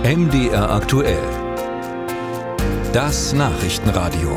MDR aktuell. Das Nachrichtenradio.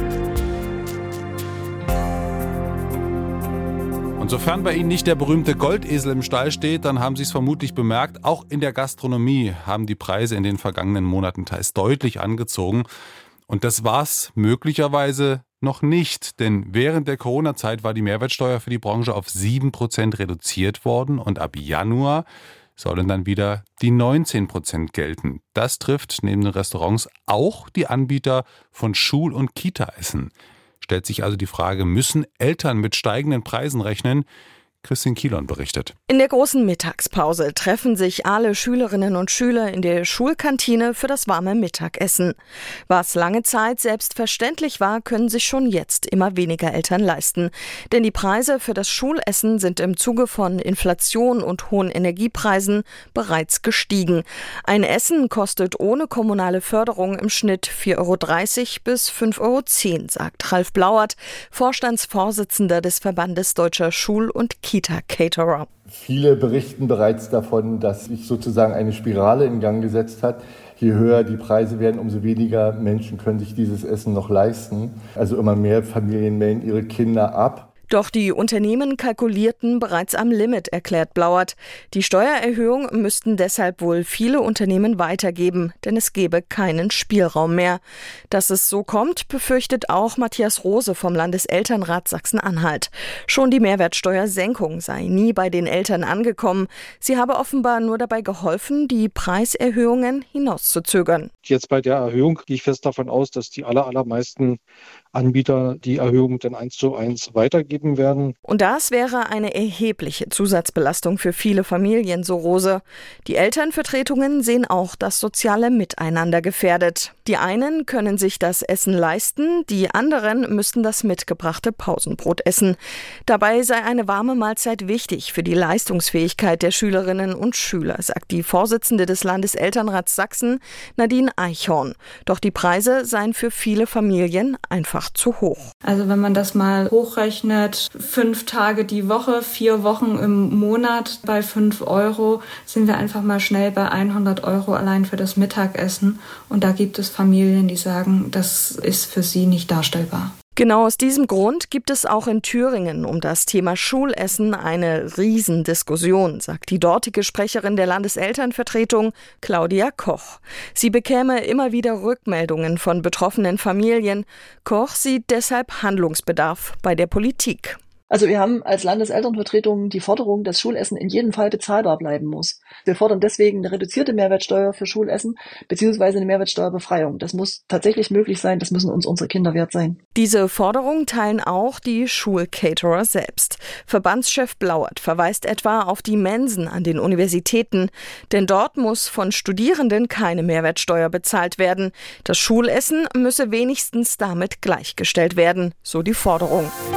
Und sofern bei Ihnen nicht der berühmte Goldesel im Stall steht, dann haben Sie es vermutlich bemerkt, auch in der Gastronomie haben die Preise in den vergangenen Monaten teils deutlich angezogen. Und das war's möglicherweise noch nicht, denn während der Corona-Zeit war die Mehrwertsteuer für die Branche auf 7% reduziert worden und ab Januar sollen dann wieder die 19% gelten. Das trifft neben den Restaurants auch die Anbieter von Schul- und Kita-Essen. Stellt sich also die Frage, müssen Eltern mit steigenden Preisen rechnen? Christine Kielon berichtet. In der großen Mittagspause treffen sich alle Schülerinnen und Schüler in der Schulkantine für das warme Mittagessen. Was lange Zeit selbstverständlich war, können sich schon jetzt immer weniger Eltern leisten. Denn die Preise für das Schulessen sind im Zuge von Inflation und hohen Energiepreisen bereits gestiegen. Ein Essen kostet ohne kommunale Förderung im Schnitt 4,30 € bis 5,10 €, sagt Ralf Blauert, Vorstandsvorsitzender des Verbandes Deutscher Schul- und Kita-Caterer. Viele berichten bereits davon, dass sich sozusagen eine Spirale in Gang gesetzt hat. Je höher die Preise werden, umso weniger Menschen können sich dieses Essen noch leisten. Also immer mehr Familien melden ihre Kinder ab. Doch die Unternehmen kalkulierten bereits am Limit, erklärt Blauert. Die Steuererhöhung müssten deshalb wohl viele Unternehmen weitergeben, denn es gäbe keinen Spielraum mehr. Dass es so kommt, befürchtet auch Matthias Rose vom Landeselternrat Sachsen-Anhalt. Schon die Mehrwertsteuersenkung sei nie bei den Eltern angekommen. Sie habe offenbar nur dabei geholfen, die Preiserhöhungen hinauszuzögern. Jetzt bei der Erhöhung gehe ich fest davon aus, dass die allermeisten Anbieter die Erhöhung dann 1:1 weitergeben werden. Und das wäre eine erhebliche Zusatzbelastung für viele Familien, so Rose. Die Elternvertretungen sehen auch das soziale Miteinander gefährdet. Die einen können sich das Essen leisten, die anderen müssten das mitgebrachte Pausenbrot essen. Dabei sei eine warme Mahlzeit wichtig für die Leistungsfähigkeit der Schülerinnen und Schüler, sagt die Vorsitzende des Landeselternrats Sachsen, Nadine Eichhorn. Doch die Preise seien für viele Familien einfach zu hoch. Also wenn man das mal hochrechnet, 5 Tage die Woche, 4 Wochen im Monat bei 5 € sind wir einfach mal schnell bei 100 € allein für das Mittagessen. Und da gibt es Familien, die sagen, das ist für sie nicht darstellbar. Genau aus diesem Grund gibt es auch in Thüringen um das Thema Schulessen eine Riesendiskussion, sagt die dortige Sprecherin der Landeselternvertretung, Claudia Koch. Sie bekäme immer wieder Rückmeldungen von betroffenen Familien. Koch sieht deshalb Handlungsbedarf bei der Politik. Also wir haben als Landeselternvertretung die Forderung, dass Schulessen in jedem Fall bezahlbar bleiben muss. Wir fordern deswegen eine reduzierte Mehrwertsteuer für Schulessen bzw. eine Mehrwertsteuerbefreiung. Das muss tatsächlich möglich sein, das müssen uns unsere Kinder wert sein. Diese Forderung teilen auch die Schulcaterer selbst. Verbandschef Blauert verweist etwa auf die Mensen an den Universitäten, denn dort muss von Studierenden keine Mehrwertsteuer bezahlt werden. Das Schulessen müsse wenigstens damit gleichgestellt werden, so die Forderung.